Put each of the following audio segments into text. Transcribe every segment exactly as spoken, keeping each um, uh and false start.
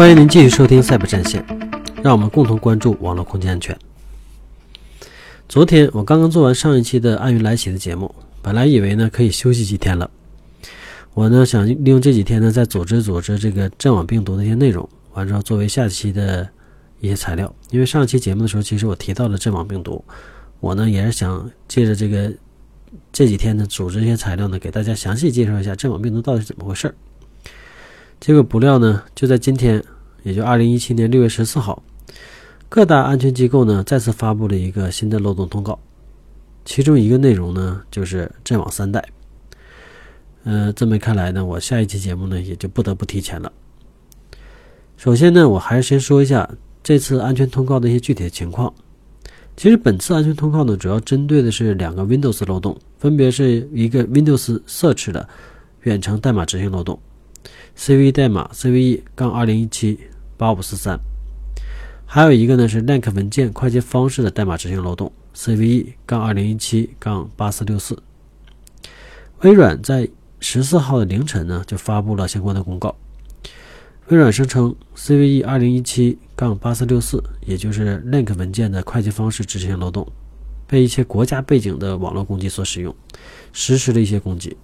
欢迎您继续收听赛博战线，让我们共同关注网络空间安全。昨天我刚刚做完上一期的暗云来袭的节目，本来以为呢可以休息几天了，我呢想利用这几天呢再组织组织这个阵网病毒的一些内容，完之后作为下期的一些材料。因为上期节目的时候其实我提到了阵网病毒，我呢也是想借着这个这几天呢组织一些材料呢给大家详细介绍一下阵网病毒到底是怎么回事。结果不料呢就在今天，也就二零一七年六月十四号，各大安全机构呢再次发布了一个新的漏洞通告，其中一个内容呢就是阵网三代。呃，这么看来呢，我下一期节目呢也就不得不提前了。首先呢，我还是先说一下这次安全通告的一些具体的情况。其实本次安全通告呢，主要针对的是两个 Windows 漏洞，分别是一个 Windows Search 的远程代码执行漏洞 C V E 代码 C V E 二零一七八五四三， 还有一个呢是 Link 文件快捷方式的代码执行漏洞 C V E 二零一七八四六四。 微软在十四号的凌晨呢就发布了相关的公告。微软声称 C V E 二零一七八四六四 也就是 Link 文件的快捷方式执行漏洞被一些国家背景的网络攻击所使用，实施了一些攻击。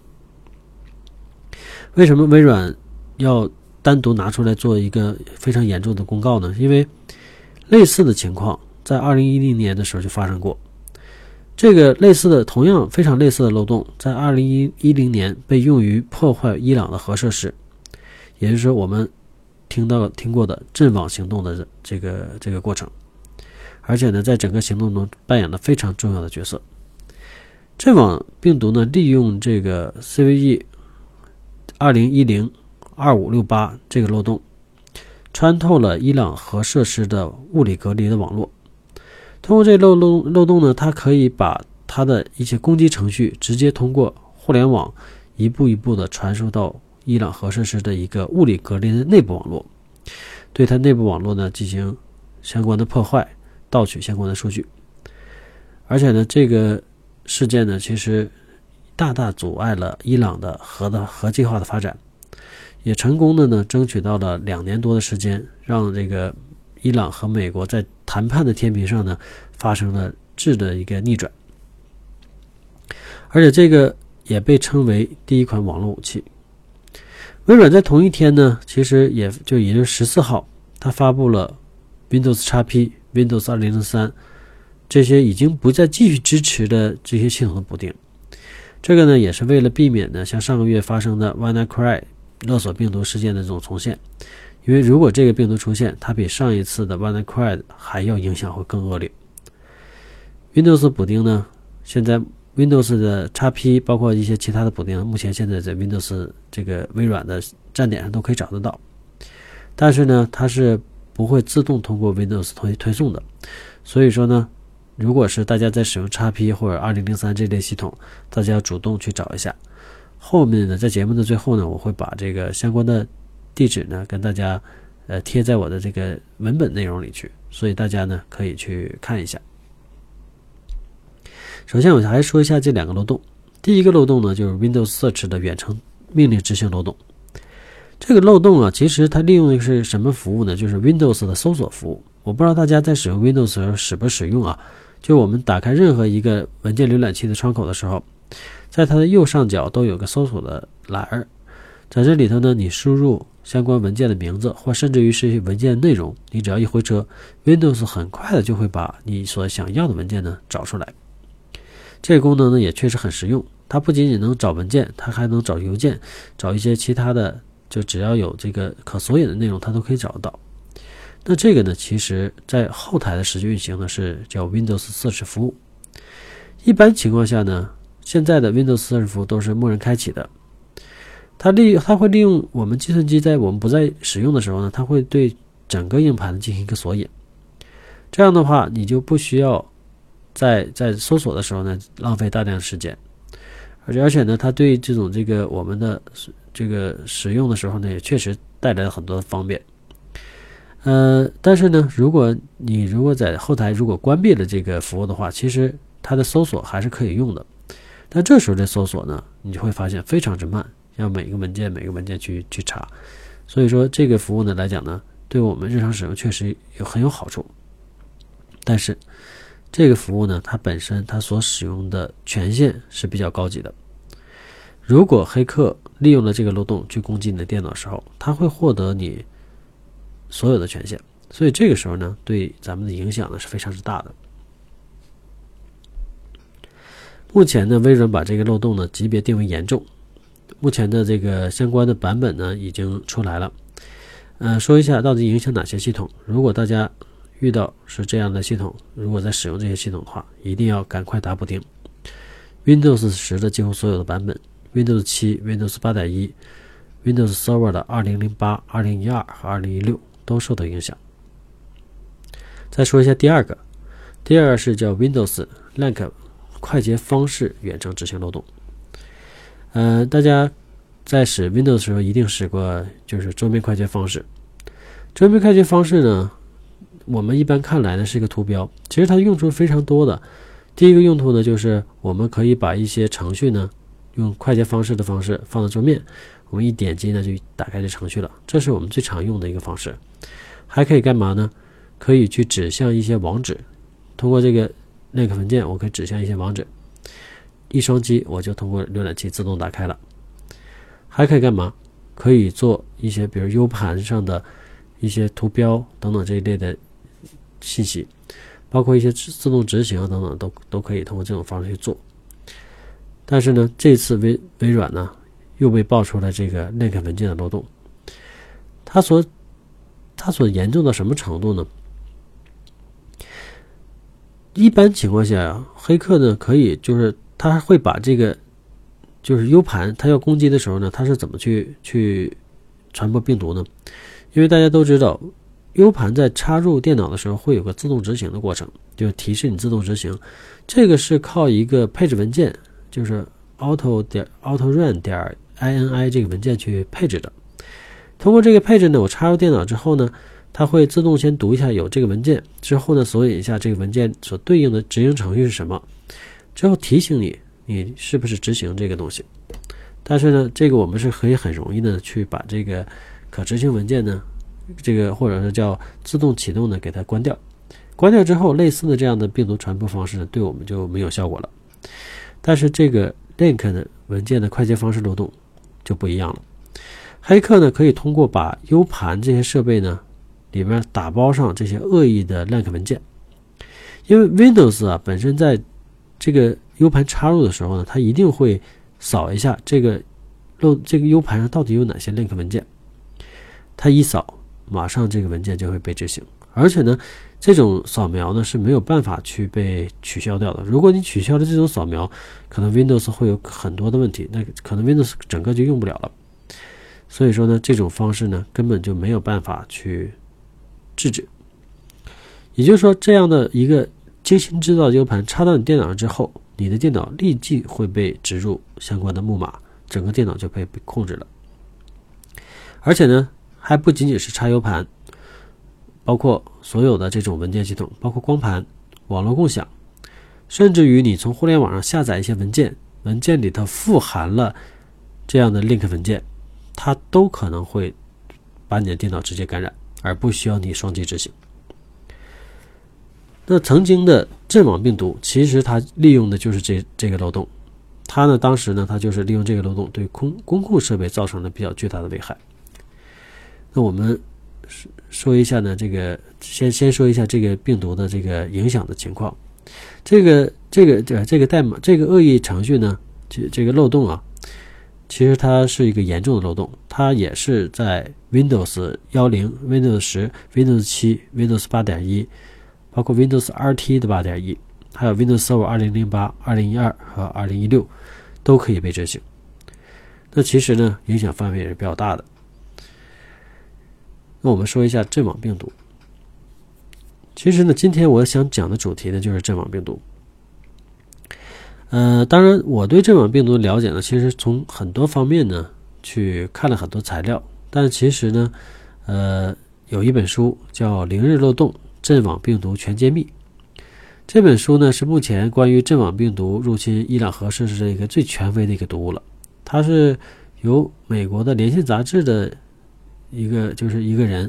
为什么微软要单独拿出来做一个非常严重的公告呢？因为类似的情况在二零一零年的时候就发生过。这个类似的同样非常类似的漏洞在二零一零年被用于破坏伊朗的核设施，也就是说我们听到听过的阵网行动的这个这个过程，而且呢在整个行动中扮演了非常重要的角色。阵网病毒呢利用这个 C V E 二零一零二五六八这个漏洞，穿透了伊朗核设施的物理隔离的网络。通过这漏洞漏洞呢，它可以把它的一些攻击程序直接通过互联网一步一步的传输到伊朗核设施的一个物理隔离的内部网络，对它内部网络呢进行相关的破坏，盗取相关的数据。而且呢，这个事件呢其实大大阻碍了伊朗的核的核计划的发展，也成功的呢争取到了两年多的时间，让这个伊朗和美国在谈判的天平上呢发生了质的一个逆转。而且这个也被称为第一款网络武器。微软在同一天呢，其实也就也就是十四号，它发布了 Windows X P、Windows 二零零三 这些已经不再继续支持的这些系统的补丁。这个呢也是为了避免呢像上个月发生的 WannaCry 勒索病毒事件的这种重现。因为如果这个病毒出现，它比上一次的 WannaCry 还要影响会更恶劣。Windows 补丁呢，现在 Windows 的 X P 包括一些其他的补丁，目前现在在 Windows 这个微软的站点上都可以找得到。但是呢，它是不会自动通过 Windows 推推送的。所以说呢，如果是大家在使用 X P 或者二零零三这类系统，大家要主动去找一下。后面呢，在节目的最后呢，我会把这个相关的地址呢跟大家呃贴在我的这个文本内容里去，所以大家呢可以去看一下。首先我还说一下这两个漏洞。第一个漏洞呢就是 Windows Search 的远程命令执行漏洞。这个漏洞啊，其实它利用的是什么服务呢？就是 Windows 的搜索服务。我不知道大家在使用 Windows 的时候使不使用啊？就我们打开任何一个文件浏览器的窗口的时候，在它的右上角都有个搜索的栏儿，在这里头呢，你输入相关文件的名字，或甚至于是文件的内容，你只要一回车 Windows 很快的就会把你所想要的文件呢找出来。这个功能呢也确实很实用，它不仅仅能找文件，它还能找邮件，找一些其他的，就只要有这个可索引的内容它都可以找得到。那这个呢其实在后台的实际运行呢是叫 Windows Search 服务。一般情况下呢，现在的 Windows Search 服务都是默认开启的。它利它会利用我们计算机在我们不再使用的时候呢，它会对整个硬盘进行一个索引。这样的话，你就不需要在在搜索的时候呢浪费大量的时间。而且而且呢，它对这种这个我们的这个使用的时候呢，也确实带来了很多的方便。呃，但是呢，如果你如果在后台如果关闭了这个服务的话，其实它的搜索还是可以用的。但这时候的搜索呢，你就会发现非常之慢，要每个文件每个文件去去查。所以说这个服务呢来讲呢， 对我们日常使用确实有很有好处。但是这个服务呢，它本身它所使用的权限是比较高级的。如果黑客利用了这个漏洞去攻击你的电脑的时候，他会获得你所有的权限，所以这个时候呢，对咱们的影响呢是非常之大的。目前呢，微软把这个漏洞呢级别定为严重，目前的这个相关的版本呢已经出来了。呃，说一下到底影响哪些系统。如果大家遇到是这样的系统，如果在使用这些系统的话，一定要赶快打补丁。Windows 十的几乎所有的版本， Windows 七、Windows 八点一、Windows Server 的二零零八、二零一二和二零一六都受到影响。再说一下第二个，第二个是叫 Windows L A N 快捷方式远程执行漏洞。呃，大家在使 Windows 的时候一定使过就是桌面快捷方式。桌面快捷方式呢，我们一般看来呢是一个图标，其实它用处非常多的。第一个用途呢，就是我们可以把一些程序呢用快捷方式的方式放到桌面，我们一点击呢就打开这程序了，这是我们最常用的一个方式。还可以干嘛呢？可以去指向一些网址，通过这个 link 文件，我可以指向一些网址，一双击我就通过浏览器自动打开了。还可以干嘛？可以做一些比如 U 盘上的一些图标等等这一类的信息，包括一些自动执行等等都都可以通过这种方式去做。但是呢，这次微微软呢又被爆出了这个 link 文件的漏洞。它所它所严重到什么程度呢？一般情况下，黑客呢可以就是他会把这个就是 U 盘，他要攻击的时候呢，他是怎么去去传播病毒呢？因为大家都知道 U 盘在插入电脑的时候会有个自动执行的过程，就提示你自动执行，这个是靠一个配置文件，就是 auto 点 autorun 点 ini 这个文件去配置的。通过这个配置呢，我插入电脑之后呢，它会自动先读一下有这个文件，之后呢索引一下这个文件所对应的执行程序是什么，之后提醒你你是不是执行这个东西。但是呢，这个我们是可以很容易的去把这个可执行文件呢，这个或者是叫自动启动的给它关掉。关掉之后，类似的这样的病毒传播方式呢，对我们就没有效果了。但是这个 link 的文件的快捷方式漏洞就不一样了。黑客呢可以通过把 U 盘这些设备呢里面打包上这些恶意的 link 文件。因为 Windows 啊本身在这个 U 盘插入的时候呢，它一定会扫一下这个漏这个 U 盘上到底有哪些 link 文件，它一扫马上这个文件就会被执行。而且呢，这种扫描呢是没有办法去被取消掉的。如果你取消了这种扫描，可能 Windows 会有很多的问题，那可能 Windows 整个就用不了了。所以说呢，这种方式呢根本就没有办法去制止。也就是说，这样的一个精心制造的 U 盘插到你电脑上之后，你的电脑立即会被植入相关的木马，整个电脑就被被控制了。而且呢，还不仅仅是插 U 盘，包括所有的这种文件系统，包括光盘、网络共享，甚至于你从互联网上下载一些文件，文件里头富含了这样的 link 文件，它都可能会把你的电脑直接感染，而不需要你双击执行。那曾经的阵网病毒，其实它利用的就是这这个漏洞。它呢，当时呢，它就是利用这个漏洞对公公控设备造成了比较巨大的危害。那我们说一下呢，这个先先说一下这个病毒的这个影响的情况。这个这个这这个代码这个恶意程序呢，这这个漏洞啊，其实它是一个严重的漏洞，它也是在 Windows 十、Windows 十、Windows 七、Windows 八点一，包括 Windows R T 的 八点一， 还有 Windows Server 二零零八、二零一二和二零一六都可以被执行。那其实呢，影响范围也是比较大的。那我们说一下阵网病毒。其实呢，今天我想讲的主题呢就是阵网病毒。呃，当然我对阵网病毒的了解呢，其实从很多方面呢去看了很多材料，但其实呢，呃，有一本书叫《零日漏洞：阵网病毒全揭秘》。这本书呢是目前关于阵网病毒入侵伊朗核设施的一个最权威的一个读物了。它是由美国的《联线》杂志的一个就是一个人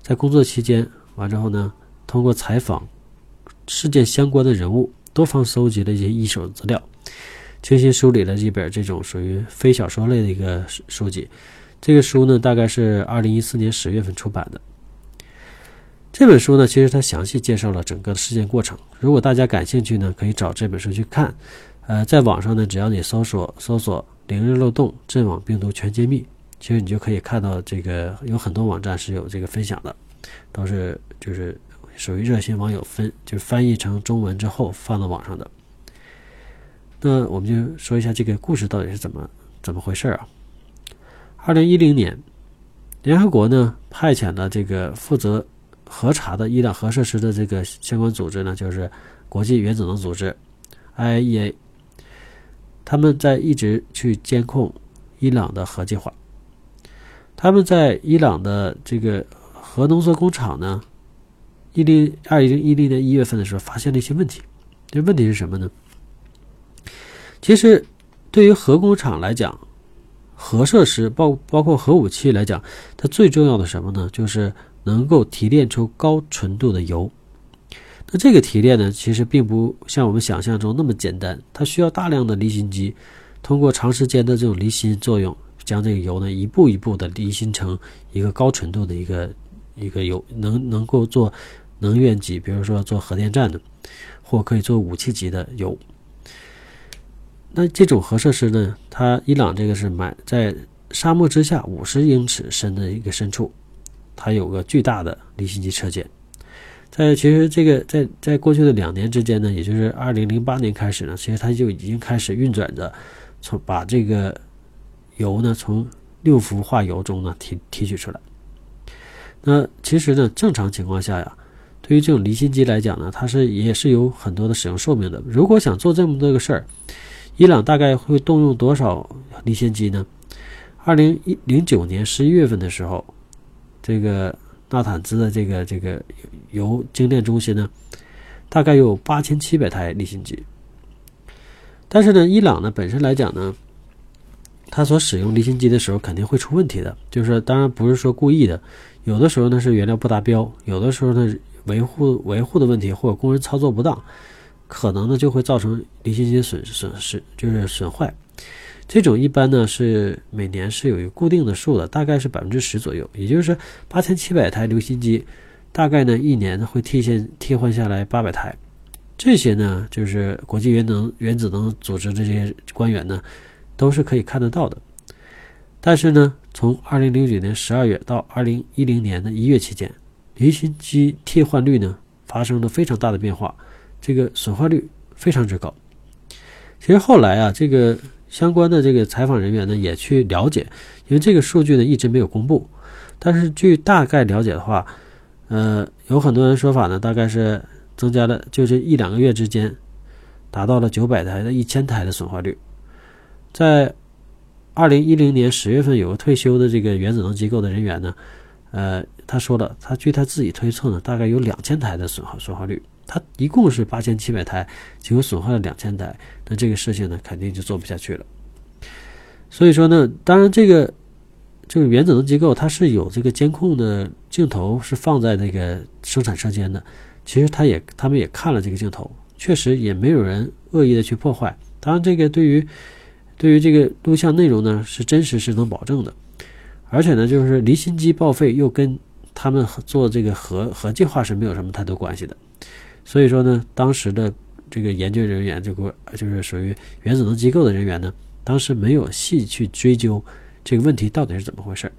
在工作期间完之后呢，通过采访事件相关的人物，多方搜集了一些一手资料，精心梳理了一本这种属于非小说类的一个书籍。这个书呢，大概是二零一四年十月份出版的。这本书呢，其实它详细介绍了整个的事件过程。如果大家感兴趣呢，可以找这本书去看。呃，在网上呢，只要你搜索搜索零日漏洞阵网病毒全揭秘，其实你就可以看到这个有很多网站是有这个分享的，都是就是属于热心网友分就是翻译成中文之后放到网上的。那我们就说一下这个故事到底是怎么怎么回事啊？二零一零年，联合国呢派遣了这个负责核查的伊朗核设施的这个相关组织呢，就是国际原子能组织 I A E A。他们在一直去监控伊朗的核计划。他们在伊朗的这个核浓缩工厂呢，二零一零年一月份的时候发现了一些问题。这问题是什么呢？其实对于核工厂来讲，核设施包包括核武器来讲，它最重要的什么呢？就是能够提炼出高纯度的铀。那这个提炼呢，其实并不像我们想象中那么简单，它需要大量的离心机，通过长时间的这种离心作用，将这个铀呢一步一步的离心成一个高纯度的一个一个铀，能能够做能源级，比如说做核电站的，或可以做武器级的铀。那这种核设施呢，它伊朗这个是埋在沙漠之下五十英尺深的一个深处，它有个巨大的离心机车间。在其实这个在在过去的两年之间呢，也就是二零零八年开始呢，其实它就已经开始运转着，从把这个铀呢从六氟化铀中呢提提取出来。那其实呢，正常情况下呀，对于这种离心机来讲呢，它是也是有很多的使用寿命的。如果想做这么多个事儿，伊朗大概会动用多少离心机呢？二零零九年十一月份的时候，这个纳坦兹的这个这个铀精炼中心呢，大概有八千七百台离心机。但是呢，伊朗呢本身来讲呢，它所使用离心机的时候肯定会出问题的，就是当然不是说故意的，有的时候呢是原料不达标，有的时候呢维护维护的问题或者工人操作不当，可能呢就会造成离心机损损失，就是损坏。这种一般呢是每年是有一个固定的数的，大概是百分之十左右，也就是八千七百台离心机，大概呢一年会替现替换下来八百台。这些呢就是国际原能原子能组织的这些官员呢都是可以看得到的。但是呢，从二零零九年十二月到二零一零年的一月期间，离心机替换率呢发生了非常大的变化，这个损坏率非常之高。其实后来啊，这个相关的这个采访人员呢也去了解，因为这个数据呢一直没有公布，但是据大概了解的话，呃，有很多人说法呢，大概是增加了，就是一两个月之间达到了九百台的一千台的损坏率。在二零一零年十月份，有个退休的这个原子能机构的人员呢，呃，他说了，他据他自己推测呢，大概有两千台的损坏损坏率。它一共是八千七百台，结果损坏了两千台，那这个事情呢，肯定就做不下去了。所以说呢，当然这个这个原子能机构它是有这个监控的镜头是放在那个生产车间的，其实他也他们也看了这个镜头，确实也没有人恶意的去破坏。当然，这个对于对于这个录像内容呢是真实是能保证的，而且呢，就是离心机报废又跟他们做这个核核计划是没有什么太多关系的。所以说呢，当时的这个研究人员，这个就是属于原子能机构的人员呢，当时没有细去追究这个问题到底是怎么回事。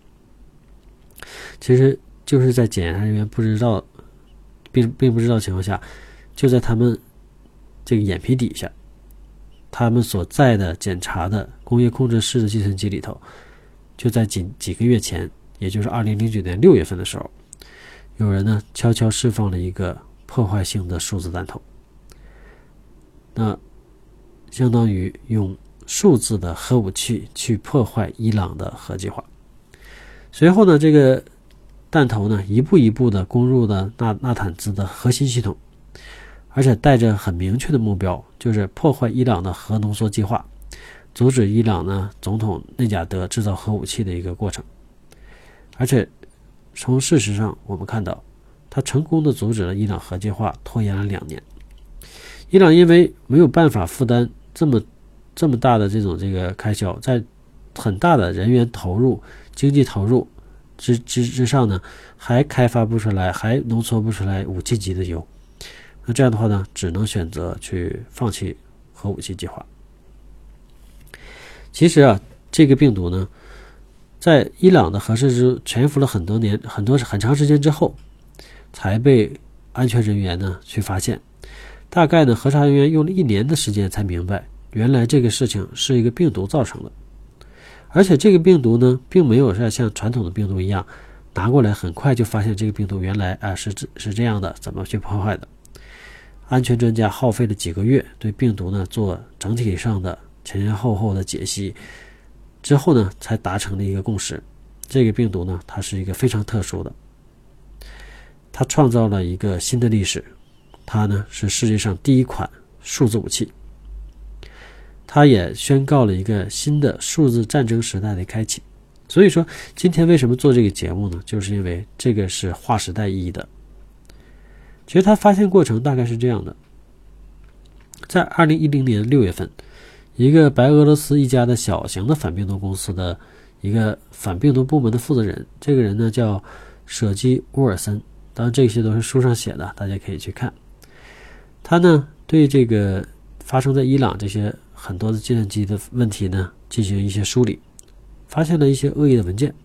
其实就是在检查人员不知道并并不知道情况下，就在他们这个眼皮底下，他们所在的检查的工业控制室的计算机里头，就在几几个月前，也就是二零零九年六月份的时候，有人呢悄悄释放了一个破坏性的数字弹头，那相当于用数字的核武器去破坏伊朗的核计划。随后呢，这个弹头呢一步一步的攻入了纳纳坦兹的核心系统，而且带着很明确的目标，就是破坏伊朗的核浓缩计划，阻止伊朗呢总统内贾德制造核武器的一个过程。而且从事实上我们看到，它成功的阻止了伊朗核计划拖延了两年。伊朗因为没有办法负担这么这么大的这种这个开销，在很大的人员投入、经济投入之之之上呢，还开发不出来，还浓缩不出来武器级的铀。那这样的话呢，只能选择去放弃核武器计划。其实啊，这个病毒呢，在伊朗的核设施潜伏了很多年、很多很长时间之后，才被安全人员呢去发现。大概呢，核查人员用了一年的时间才明白，原来这个事情是一个病毒造成的。而且这个病毒呢，并没有像传统的病毒一样拿过来很快就发现这个病毒原来啊是是这样的，怎么去破坏的。安全专家耗费了几个月对病毒呢做整体上的前前后后的解析之后呢，才达成了一个共识。这个病毒呢，它是一个非常特殊的，它创造了一个新的历史，它呢是世界上第一款数字武器。它也宣告了一个新的数字战争时代的开启。所以说今天为什么做这个节目呢，就是因为这个是划时代意义的。其实它发现过程大概是这样的，在二零一零年六月份，一个白俄罗斯一家的小型的反病毒公司的一个反病毒部门的负责人，这个人呢叫舍基乌尔森，当然这些都是书上写的，大家可以去看。他呢对这个发生在伊朗这些很多的计算机的问题呢进行一些梳理，发现了一些恶意的文件。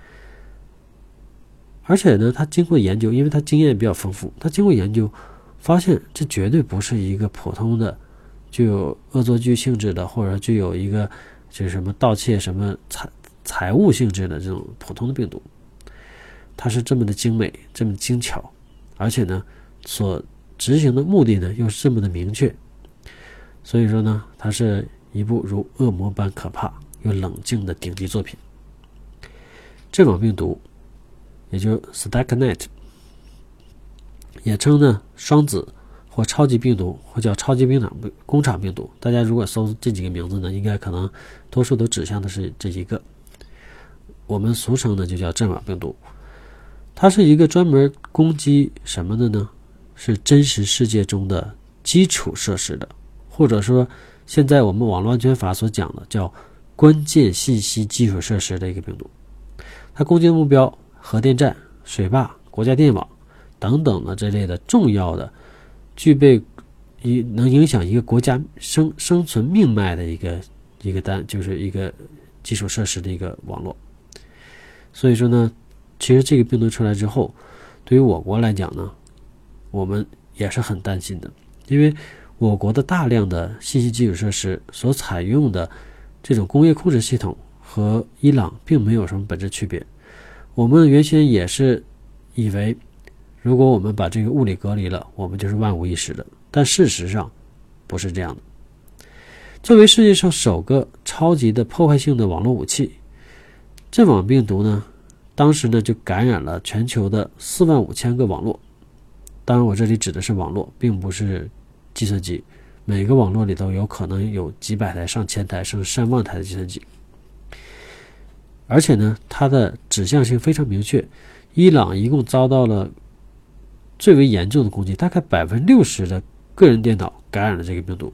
而且呢，他经过研究，因为他经验比较丰富，他经过研究发现这绝对不是一个普通的具有恶作剧性质的，或者具有一个就是什么盗窃什么财财务性质的这种普通的病毒。它是这么的精美，这么精巧，而且呢所执行的目的呢又是这么的明确。所以说呢，它是一部如恶魔般可怕又冷静的顶级作品。这种病毒也就 Stuxnet， 也称呢双子或超级病毒，或叫超级工厂工厂病毒。大家如果搜这几个名字呢，应该可能多数都指向的是这一个。我们俗称的就叫阵亡病毒。它是一个专门攻击什么的呢？是真实世界中的基础设施的，或者说现在我们网络安全法所讲的叫关键信息基础设施的一个病毒。它攻击的目标核电站、水坝、国家电网等等的这类的重要的具备一能影响一个国家生生存命脉的一个一个单就是一个基础设施的一个网络。所以说呢，其实这个病毒出来之后，对于我国来讲呢，我们也是很担心的，因为我国的大量的信息基础设施所采用的这种工业控制系统和伊朗并没有什么本质区别。我们原先也是以为如果我们把这个物理隔离了，我们就是万无一失的，但事实上不是这样的。作为世界上首个超级的破坏性的网络武器，阵亡病毒呢当时呢就感染了全球的四万五千个网络。当然我这里指的是网络，并不是计算机，每个网络里头有可能有几百台、上千台甚至上万台的计算机。而且呢，它的指向性非常明确，伊朗一共遭到了最为严重的攻击，大概 百分之六十 的个人电脑感染了这个病毒。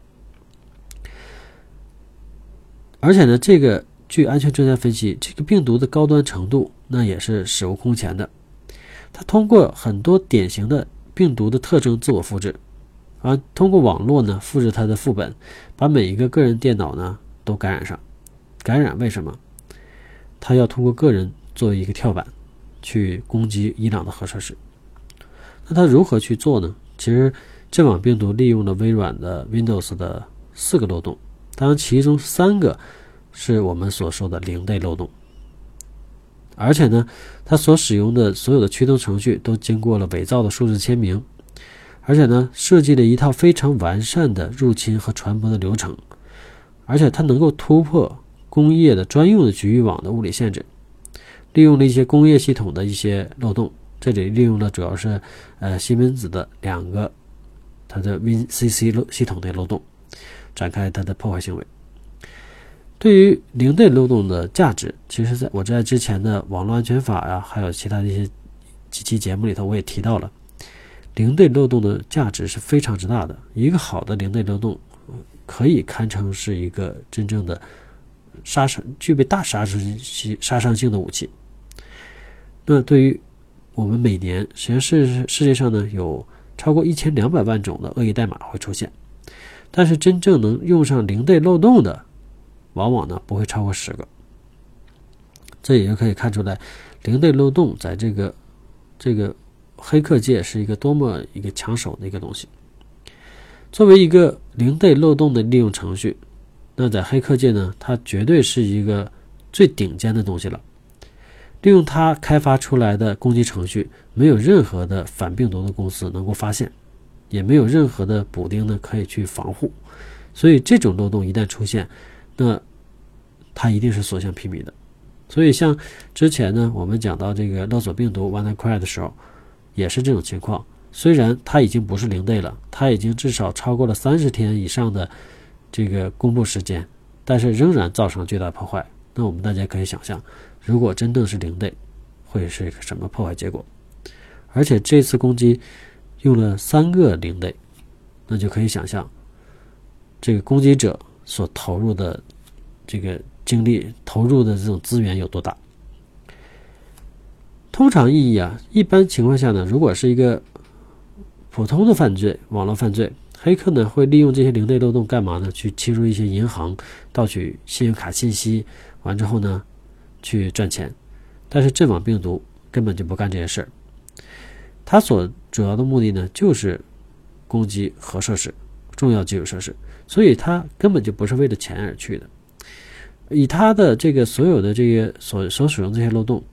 而且呢，这个据安全专家分析，这个病毒的高端程度那也是史无空前的。它通过很多典型的病毒的特征自我复制，啊，通过网络呢复制它的副本，把每一个个人电脑呢都感染上。感染为什么？它要通过个人作为一个跳板去攻击伊朗的核设施。那它如何去做呢？其实阵亡病毒利用了微软的 Windows 的四个漏洞，当然其中三个是我们所说的零类漏洞。而且呢，它所使用的所有的驱动程序都经过了伪造的数字签名，而且呢，设计了一套非常完善的入侵和传播的流程，而且它能够突破工业的专用的局域网的物理限制，利用了一些工业系统的一些漏洞。这里利用的主要是呃西门子的两个它的 Win C C 系统的漏洞，展开它的破坏行为。 对于零对漏洞的价值，其实在我在之前的网络安全法呀，还有其他的一些几期节目里头，我也提到了，零对漏洞的价值是非常之大的。一个好的零对漏洞可以堪称是一个真正的杀伤具备大杀伤性杀伤性的武器。那对于我们每年实际上世世界上呢有超过一千两百万种的恶意代码会出现，但是真正能用上零对漏洞的往往呢不会超过十个。这也就可以看出来零对漏洞在这个这个黑客界是一个多么一个抢手的一个东西。作为一个零对漏洞的利用程序，那在黑客界呢，它绝对是一个最顶尖的东西了。利用它开发出来的攻击程序，没有任何的反病毒的公司能够发现，也没有任何的补丁呢可以去防护。所以这种漏洞一旦出现，那它一定是所向披靡的。所以像之前呢我们讲到这个勒索病毒 WannaCry 的时候，也是这种情况。虽然它已经不是零对了，它已经至少超过了三十天以上的这个公布时间，但是仍然造成了巨大破坏。那我们大家可以想象，如果真正是零对，会是一个什么破坏结果？而且这次攻击用了三个零对，那就可以想象这个攻击者所投入的这个精力、投入的这种资源有多大。通常意义啊，一般情况下呢，如果是一个普通的犯罪，网络犯罪，黑客呢会利用这些零对漏洞干嘛呢？去侵入一些银行，盗取信用卡信息，完之后呢去赚钱。但是阵网病毒根本就不干这些事儿，它所主要的目的呢就是攻击核设施、重要基础设施，所以它根本就不是为了钱而去的。以它的这个所有的这个所所使用这些漏洞，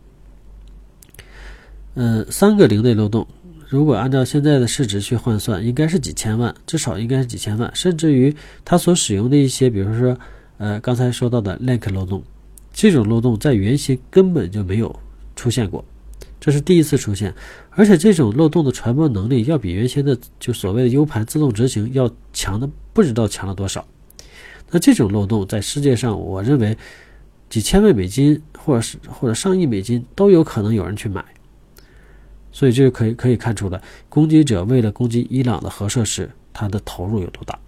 呃，三个零对漏洞，如果按照现在的市值去换算，应该是几千万，至少应该是几千万，甚至于它所使用的一些，比如说，呃，刚才说到的 link 漏洞，这种漏洞在原先根本就没有出现过，这是第一次出现，而且这种漏洞的传播能力要比原先的就所谓的 U 盘自动执行要强的不知道强了多少。那这种漏洞在世界上，我认为几千万美金或者是或者上亿美金都有可能有人去买。所以这个可以可以看出来，攻击者为了攻击伊朗的核设施，他的投入有多大。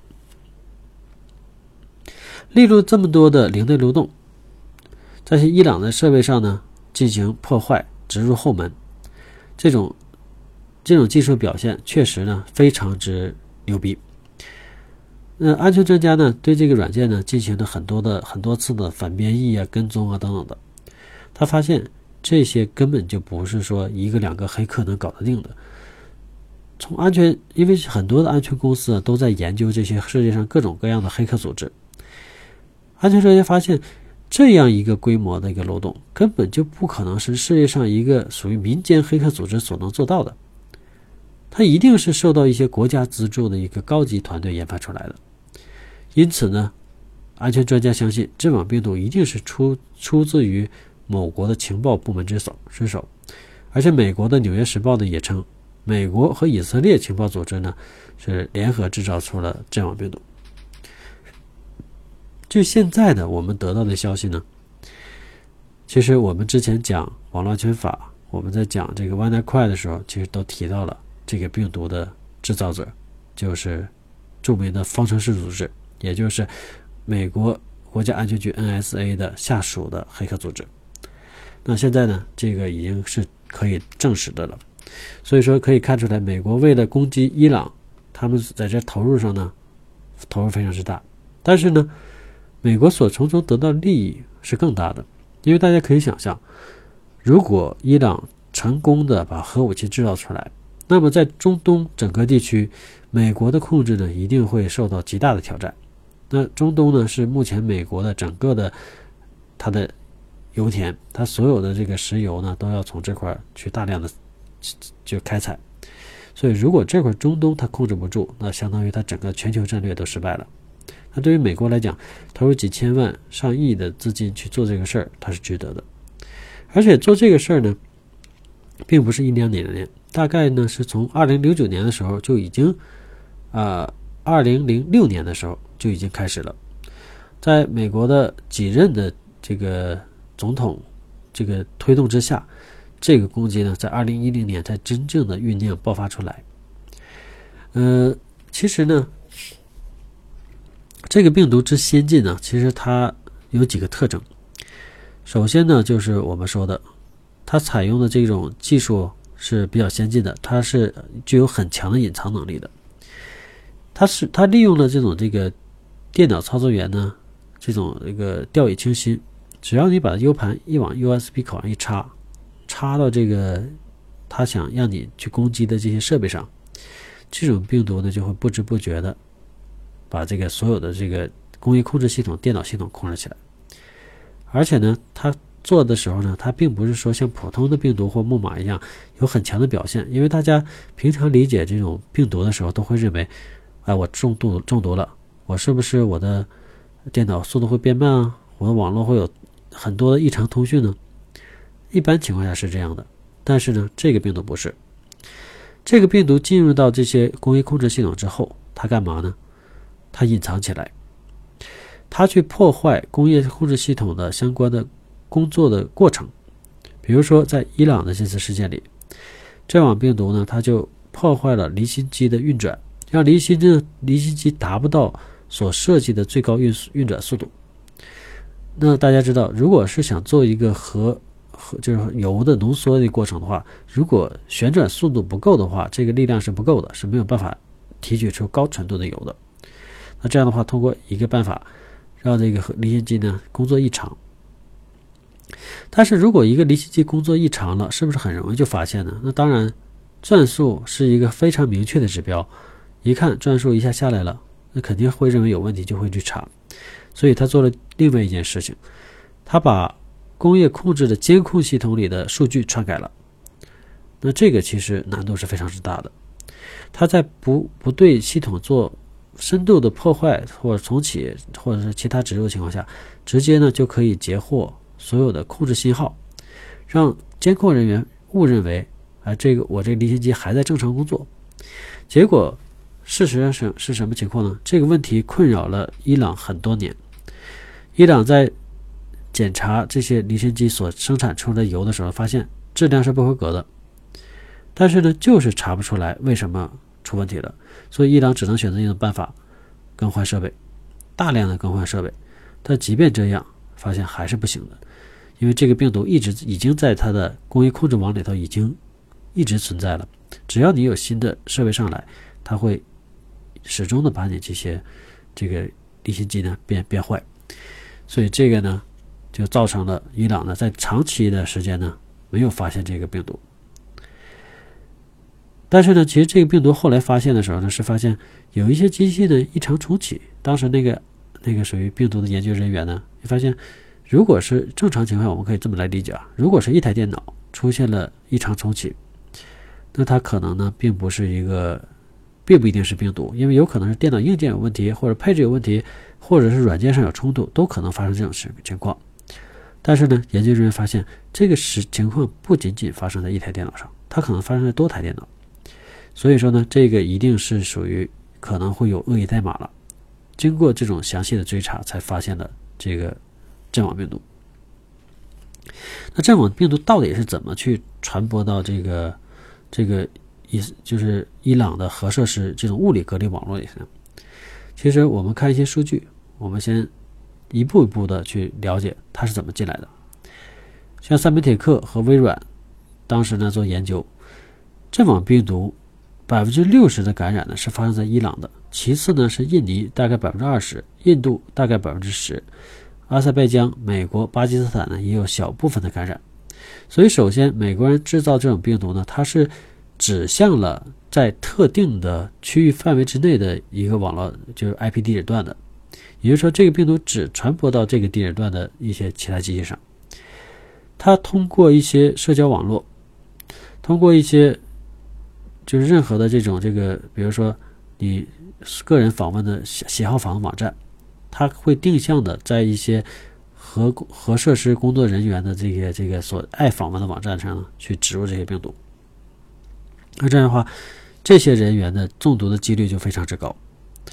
利用这么多的零对漏洞，在伊朗的设备上呢进行破坏，直入后门，这种这种技术表现确实呢非常之牛逼。那安全专家呢对这个软件呢进行了很多的很多次的反编译啊、跟踪啊等等的，他发现这些根本就不是说一个两个黑客能搞得定的。从安全，因为很多的安全公司啊都在研究这些世界上各种各样的黑客组织。安全专家发现，这样一个规模的一个漏洞，根本就不可能是世界上一个属于民间黑客组织所能做到的。它一定是受到一些国家资助的一个高级团队研发出来的。因此呢，安全专家相信，阵网病毒一定是出出自于某国的情报部门之手之手，而且美国的《纽约时报》呢也称，美国和以色列情报组织呢是联合制造出了阵网病毒。就现在的我们得到的消息呢，其实我们之前讲网络安全法，我们在讲这个 WannaCry 的时候，其实都提到了这个病毒的制造者就是著名的方程式组织，也就是美国国家安全局 N S A 的下属的黑客组织。那现在呢，这个已经是可以证实的了。所以说可以看出来，美国为了攻击伊朗，他们在这投入上呢，投入非常之大。但是呢，美国所从中得到利益是更大的，因为大家可以想象，如果伊朗成功的把核武器制造出来，那么在中东整个地区，美国的控制呢一定会受到极大的挑战。那中东呢是目前美国的整个的它的油田，它所有的这个石油呢都要从这块去大量的就开采，所以如果这块中东它控制不住，那相当于它整个全球战略都失败了。那对于美国来讲，投入几千万上亿的资金去做这个事儿，它是值得的。而且做这个事儿呢并不是一两年，大概呢是从二零零九年的时候就已经呃二零零六年的时候就已经开始了。 在美国的几任的这个总统这个推动之下，这个攻击呢在二零一零年才真正的酝酿爆发出来。呃，其实呢，这个病毒之先进呢，其实它有几个特征。首先呢，就是我们说的，它采用的这种技术是比较先进的，它是具有很强的隐藏能力的。它是它利用了这种这个电脑操作员呢，这种这个掉以轻心，只要你把 U 盘一往 U S B 口上一插，插到这个它想让你去攻击的这些设备上，这种病毒呢就会不知不觉的把这个所有的这个工业控制系统、电脑系统控制起来。而且呢，它做的时候呢，它并不是说像普通的病毒或木马一样有很强的表现，因为大家平常理解这种病毒的时候，都会认为，哎，我中毒中毒了，我是不是我的电脑速度会变慢啊？我的网络会有很多的异常通讯呢？一般情况下是这样的，但是呢，这个病毒不是。这个病毒进入到这些工业控制系统之后，它干嘛呢？它隐藏起来，它去破坏工业控制系统的相关的工作的过程。比如说在伊朗的这次事件里，这网病毒呢，它就破坏了离心机的运转，让离心机离心机达不到所设计的最高运运转速度。那大家知道，如果是想做一个核核就是油的浓缩的过程的话，如果旋转速度不够的话，这个力量是不够的，是没有办法提取出高纯度的油的。那这样的话，通过一个办法让这个离心机呢工作异常。但是如果一个离心机工作异常了，是不是很容易就发现呢？那当然，转速是一个非常明确的指标，一看转速一下下来了，那肯定会认为有问题，就会去查。所以他做了另外一件事情，他把工业控制的监控系统里的数据篡改了。那这个其实难度是非常之大的。他在不不对系统做深度的破坏或者重启或者是其他植入情况下，直接呢就可以截获所有的控制信号，让监控人员误认为啊，这个我这个离心机还在正常工作。结果事实上是是什么情况呢？这个问题困扰了伊朗很多年。伊朗在检查这些离心机所生产出的油的时候，发现质量是不合格的，但是呢就是查不出来为什么出问题了。所以伊朗只能选择一种办法，更换设备，大量的更换设备。但即便这样，发现还是不行的，因为这个病毒一直已经在它的工业控制网里头已经一直存在了。只要你有新的设备上来，它会始终的把你这些这个离心机呢变变坏。所以这个呢就造成了伊朗呢在长期的时间呢没有发现这个病毒。但是呢，其实这个病毒后来发现的时候呢，是发现有一些机器呢异常重启。当时那个那个属于病毒的研究人员呢，发现如果是正常情况，我们可以这么来理解啊，如果是一台电脑出现了异常重启，那它可能呢并不是一个，并不一定是病毒，因为有可能是电脑硬件有问题，或者配置有问题，或者是软件上有冲突，都可能发生这种情况。但是呢，研究人员发现这个情况不仅仅发生在一台电脑上，它可能发生在多台电脑。所以说呢，这个一定是属于可能会有恶意代码了。经过这种详细的追查，才发现了这个阵网病毒。那阵网病毒到底是怎么去传播到这个这个伊就是伊朗的核设施这种物理隔离网络里呢？其实我们看一些数据，我们先一步一步的去了解它是怎么进来的。像三媒铁克和微软当时呢做研究，阵网病毒百分之六十的感染呢是发生在伊朗的，其次呢是印尼大概百分之二十，印度大概百分之十，阿塞拜疆、美国、巴基斯坦呢也有小部分的感染。所以首先美国人制造这种病毒呢，它是指向了在特定的区域范围之内的一个网络，就是 I P 地址段的，也就是说这个病毒只传播到这个地址段的一些其他机器上。它通过一些社交网络，通过一些就是任何的这种这个，比如说你个人访问的喜好访问网站，它会定向的在一些核核设施工作人员的这个这个所爱访问的网站上呢去植入这些病毒。那这样的话，这些人员的中毒的几率就非常之高。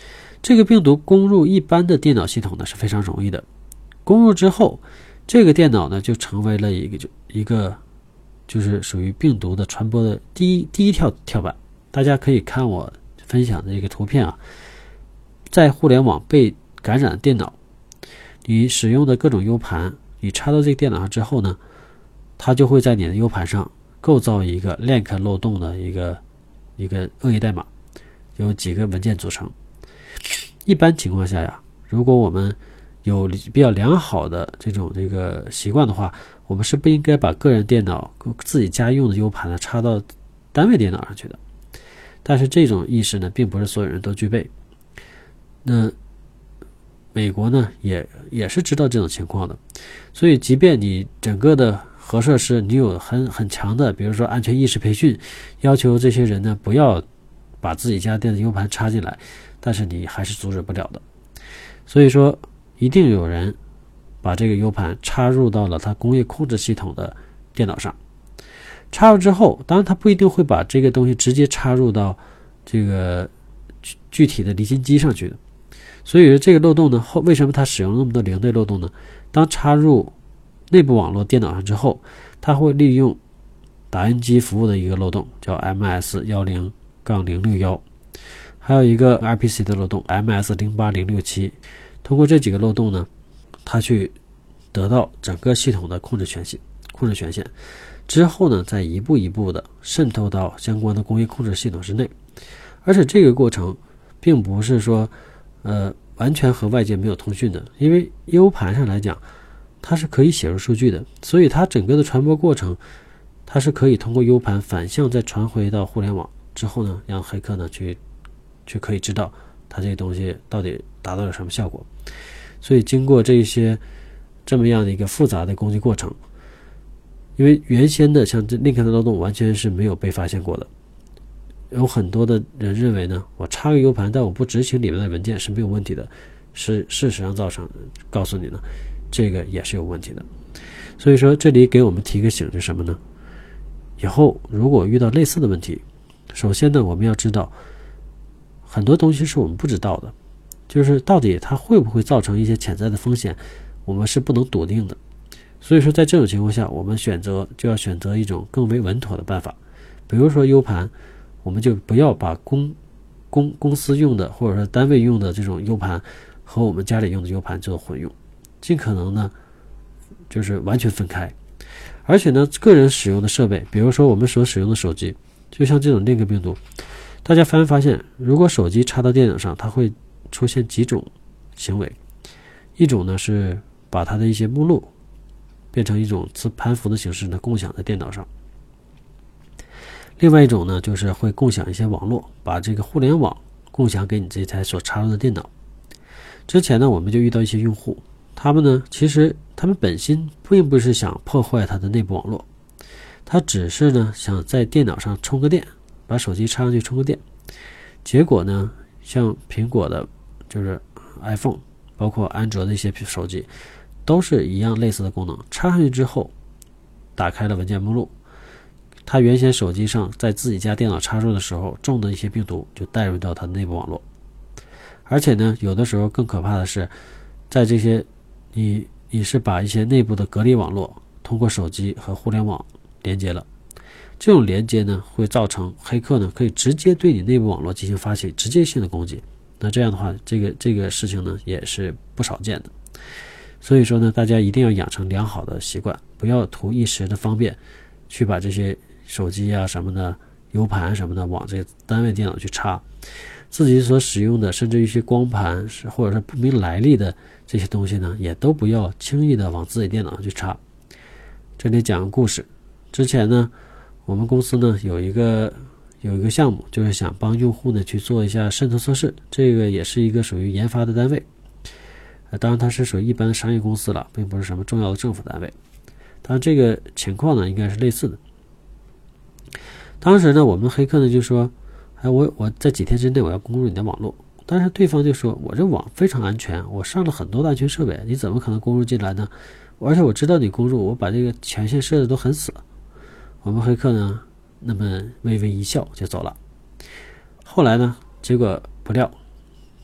这个病毒攻入一般的电脑系统呢是非常容易的，攻入之后，这个电脑呢就成为了一个就一个就是属于病毒的传播的第一第一跳跳板。大家可以看我分享的一个图片啊，在互联网被感染的电脑，你使用的各种 U 盘，你插到这个电脑上之后呢，它就会在你的 U 盘上构造一个 link 漏洞的一个一个恶意代码，由几个文件组成。一般情况下呀，如果我们有比较良好的这种这个习惯的话，我们是不应该把个人电脑自己家用的 U 盘呢插到单位电脑上去的。但是这种意识呢，并不是所有人都具备。那美国呢，也也是知道这种情况的，所以即便你整个的核设施你有很很强的，比如说安全意识培训，要求这些人呢不要把自己家电子 U 盘插进来，但是你还是阻止不了的。所以说，一定有人把这个 U 盘插入到了他工业控制系统的电脑上。插入之后，当然他不一定会把这个东西直接插入到这个具体的离心机上去的。所以这个漏洞呢，后为什么它使用那么多零对漏洞呢？当插入内部网络电脑上之后，它会利用打印机服务的一个漏洞，叫 M S 一零零六一，还有一个 R P C 的漏洞 M S 零八零六七。通过这几个漏洞呢，它去得到整个系统的控制权限，控制权限之后呢，再一步一步的渗透到相关的工业控制系统之内。而且这个过程并不是说呃完全和外界没有通讯的，因为 U 盘上来讲，它是可以写入数据的，所以它整个的传播过程，它是可以通过 U 盘反向再传回到互联网之后呢，让黑客呢去去可以知道它这个东西到底达到了什么效果。所以经过这一些这么样的一个复杂的攻击过程，因为原先的像这 link 的漏洞完全是没有被发现过的，有很多的人认为呢，我插个 U 盘，但我不执行里面的文件是没有问题的，是事实上造成告诉你呢，这个也是有问题的。所以说这里给我们提个醒是什么呢？以后如果遇到类似的问题，首先呢，我们要知道很多东西是我们不知道的，就是到底它会不会造成一些潜在的风险，我们是不能笃定的。所以说在这种情况下，我们选择就要选择一种更为稳妥的办法。比如说 U 盘，我们就不要把公公公司用的或者说单位用的这种 U 盘和我们家里用的 U 盘做混用，尽可能呢就是完全分开。而且呢，个人使用的设备，比如说我们所使用的手机，就像这种 link 病毒，大家发没发现，如果手机插到电脑上，它会出现几种行为。一种呢是把它的一些目录变成一种磁盘符的形式呢共享在电脑上。另外一种呢就是会共享一些网络，把这个互联网共享给你这台所插入的电脑。之前呢我们就遇到一些用户，他们呢其实他们本心并不是想破坏它的内部网络，他只是呢想在电脑上充个电，把手机插上去充个电。结果呢，像苹果的就是 iPhone 包括安卓的一些手机都是一样类似的功能，插上去之后打开了文件目录，他原先手机上在自己家电脑插入的时候中的一些病毒就带入到它的内部网络。而且呢，有的时候更可怕的是，在这些你你是把一些内部的隔离网络通过手机和互联网连接了，这种连接呢会造成黑客呢可以直接对你内部网络进行发起直接性的攻击。那这样的话，这个这个事情呢也是不少见的。所以说呢，大家一定要养成良好的习惯，不要图一时的方便去把这些手机啊什么的 U 盘什么的往这个单位电脑去插，自己所使用的甚至一些光盘或者是不明来历的这些东西呢，也都不要轻易的往自己电脑上去插。这里讲个故事，之前呢我们公司呢有一个有一个项目，就是想帮用户呢去做一下渗透测试，这个也是一个属于研发的单位，当然它是属于一般的商业公司了，并不是什么重要的政府单位。当然这个情况呢应该是类似的。当时呢我们黑客呢就说，哎，我我在几天之内我要攻入你的网络，但是对方就说，我这网非常安全，我上了很多的安全设备，你怎么可能攻入进来呢？而且我知道你攻入，我把这个权限设的都很死。我们黑客呢那么微微一笑就走了。后来呢结果不料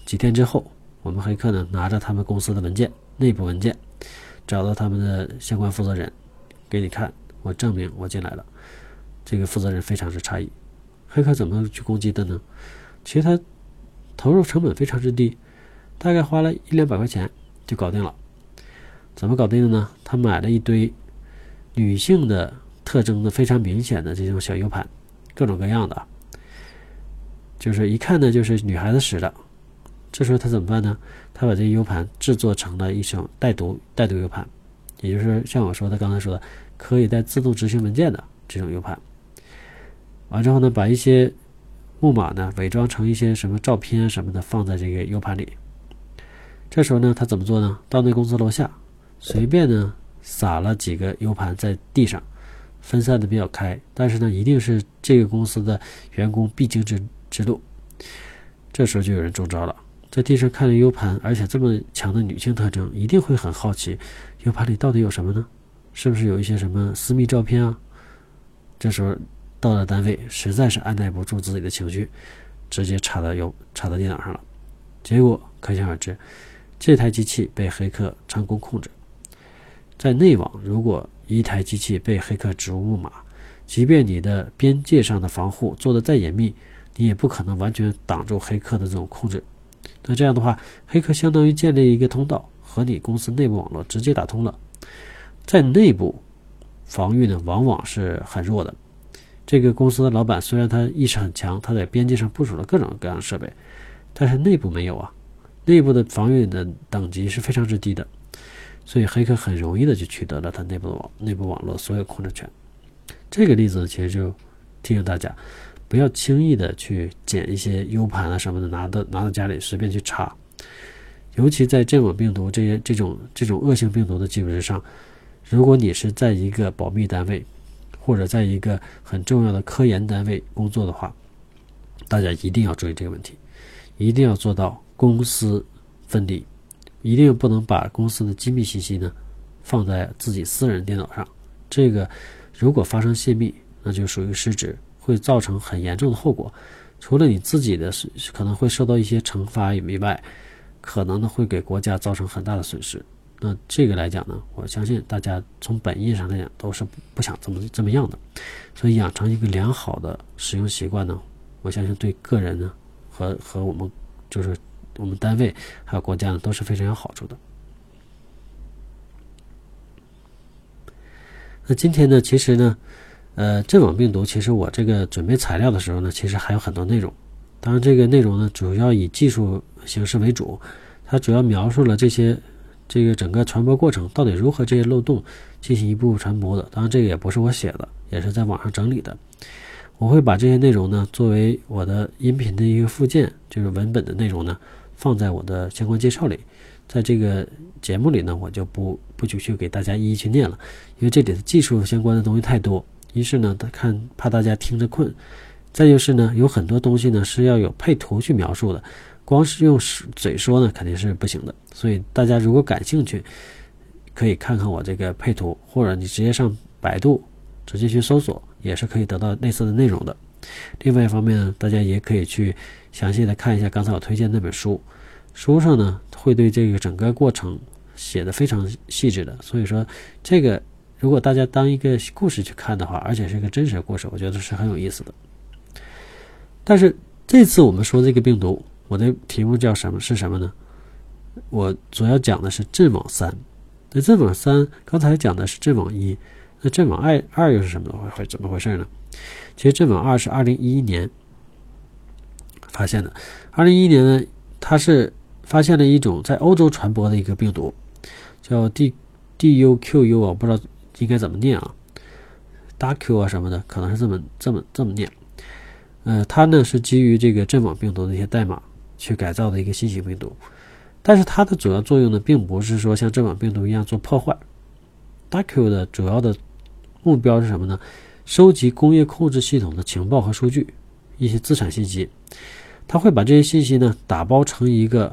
几天之后，我们黑客呢拿着他们公司的文件，内部文件，找到他们的相关负责人，给你看，我证明我进来了。这个负责人非常之诧异，黑客怎么去攻击的呢？其实他投入成本非常之低，大概花了一两百块钱就搞定了。怎么搞定的呢？他买了一堆女性的特征的非常明显的这种小 U 盘，各种各样的，就是一看呢就是女孩子使的。这时候他怎么办呢？他把这个 U 盘制作成了一种带读带读 U 盘，也就是像我说的刚才说的可以带自动执行文件的这种 U 盘。完之后呢，把一些木马呢伪装成一些什么照片什么的放在这个 U 盘里。这时候呢他怎么做呢？到那公司楼下随便呢撒了几个 U 盘在地上，分散的比较开，但是呢一定是这个公司的员工必经之之路。这时候就有人中招了，在地上看了 U 盘，而且这么强的女性特征，一定会很好奇 U 盘里到底有什么呢？是不是有一些什么私密照片啊？这时候到了单位，实在是按耐不住自己的情绪，直接插到有插到电脑上了。结果可想而知，这台机器被黑客成功控制。在内网，如果一台机器被黑客植入木马，即便你的边界上的防护做得再严密，你也不可能完全挡住黑客的这种控制。那这样的话，黑客相当于建立一个通道，和你公司内部网络直接打通了。在内部防御呢，往往是很弱的。这个公司的老板虽然他意识很强，他在边界上部署了各种各样的设备，但是内部没有啊，内部的防御的等级是非常之低的，所以黑客很容易的就取得了他内部网内部网络所有控制权。这个例子其实就提醒大家，不要轻易的去捡一些 U 盘啊什么的，拿到拿到家里随便去插。尤其在阵亡病毒这些这种这种恶性病毒的基础之上，如果你是在一个保密单位，或者在一个很重要的科研单位工作的话，大家一定要注意这个问题，一定要做到公私分离，一定不能把公司的机密信息呢放在自己私人电脑上。这个如果发生泄密，那就属于失职，会造成很严重的后果。除了你自己的可能会受到一些惩罚以外，可能呢会给国家造成很大的损失。那这个来讲呢，我相信大家从本意上来讲都是不想这么这么样的，所以养成一个良好的使用习惯呢，我相信对个人呢和和我们就是我们单位还有国家呢都是非常有好处的。那今天呢，其实呢，呃，阵亡病毒，其实我这个准备材料的时候呢，其实还有很多内容。当然，这个内容呢，主要以技术形式为主，它主要描述了这些。这个整个传播过程到底如何这些漏洞进行一步步传播的，当然这个也不是我写的，也是在网上整理的。我会把这些内容呢作为我的音频的一个附件，就是文本的内容呢放在我的相关介绍里。在这个节目里呢，我就不不去去给大家一一去念了，因为这里的技术相关的东西太多，一是呢看怕大家听着困，再就是呢有很多东西呢是要有配图去描述的，光是用嘴说呢肯定是不行的。所以大家如果感兴趣，可以看看我这个配图，或者你直接上百度直接去搜索，也是可以得到类似的内容的。另外一方面呢，大家也可以去详细的看一下刚才我推荐那本书，书上呢会对这个整个过程写的非常细致的，所以说这个如果大家当一个故事去看的话，而且是一个真实的故事，我觉得是很有意思的。但是这次我们说这个病毒，我的题目叫什么是什么呢？我主要讲的是阵亡三。那阵亡三刚才讲的是阵亡一，那阵亡二二又是什么会怎么回事呢？其实阵亡二是二零一一年发现的。二零一一年呢，它是发现了一种在欧洲传播的一个病毒，叫 D D U Q U 啊，我不知道应该怎么念啊 ，D Q 啊什么的，可能是这么这么这么念。呃，它呢是基于这个阵亡病毒的一些代码去改造的一个新型病毒。但是它的主要作用呢，并不是说像阵亡病毒一样做破坏。D Q 的主要的目标是什么呢？收集工业控制系统的情报和数据，一些资产信息。它会把这些信息呢打包成一个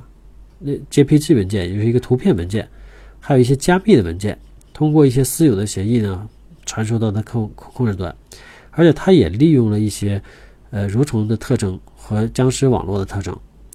J P G 文件，也就是一个图片文件，还有一些加密的文件，通过一些私有的协议呢传输到它控控制端。而且它也利用了一些呃蠕虫的特征和僵尸网络的特征。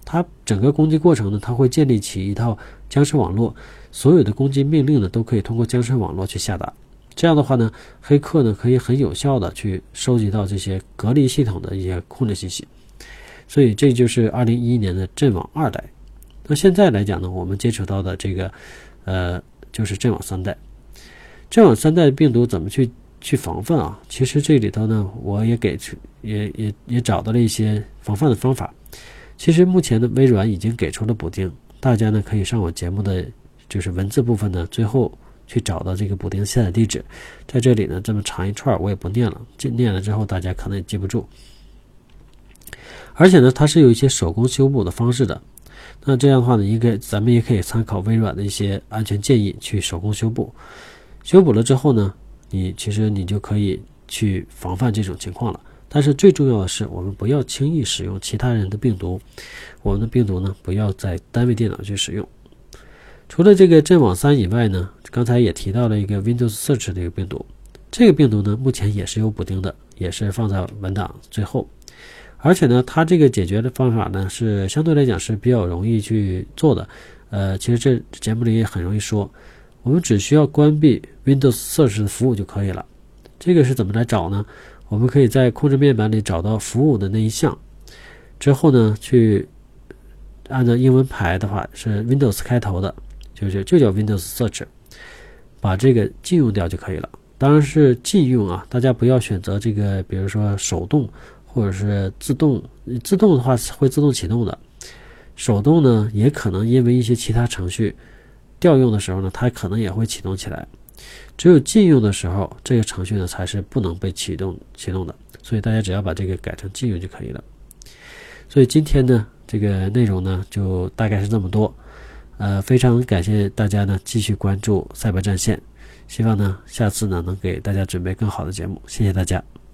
它整个攻击过程呢，它会建立起一套僵尸网络，所有的攻击命令呢都可以通过僵尸网络去下达。这样的话呢，黑客呢可以很有效的去收集到这些隔离系统的一些控制信息。所以这就是二零一一年的阵网二代。那现在来讲呢，我们接触到的这个呃就是阵网三代。阵网三代的病毒怎么去去防范啊？其实这里头呢，我也给也也也找到了一些防范的方法。其实目前的微软已经给出了补丁，大家呢可以上我节目的就是文字部分呢，最后去找到这个补丁下载地址。在这里呢，这么长一串我也不念了，念了之后大家可能也记不住。而且呢，它是有一些手工修补的方式的。那这样的话呢，应该咱们也可以参考微软的一些安全建议去手工修补。修补了之后呢，你其实你就可以去防范这种情况了。但是最重要的是，我们不要轻易使用其他人的病毒，我们的病毒呢不要在单位电脑去使用。除了这个阵网三以外呢，刚才也提到了一个 Windows Search 的一个病毒，这个病毒呢目前也是有补丁的，也是放在文档最后。而且呢，它这个解决的方法呢是相对来讲是比较容易去做的。呃，其实这节目里也很容易说，我们只需要关闭 Windows Search 的服务就可以了。这个是怎么来找呢？我们可以在控制面板里找到服务的那一项，之后呢，去按照英文排的话是 Windows 开头的，就是就叫 Windows Search， 把这个禁用掉就可以了。当然是禁用啊，大家不要选择这个，比如说手动或者是自动，自动的话会自动启动的，手动呢也可能因为一些其他程序调用的时候呢，它可能也会启动起来。只有禁用的时候，这个程序呢才是不能被启动启动的，所以大家只要把这个改成禁用就可以了。所以今天呢，这个内容呢就大概是这么多。呃，非常感谢大家呢继续关注赛博战线，希望呢下次呢能给大家准备更好的节目，谢谢大家。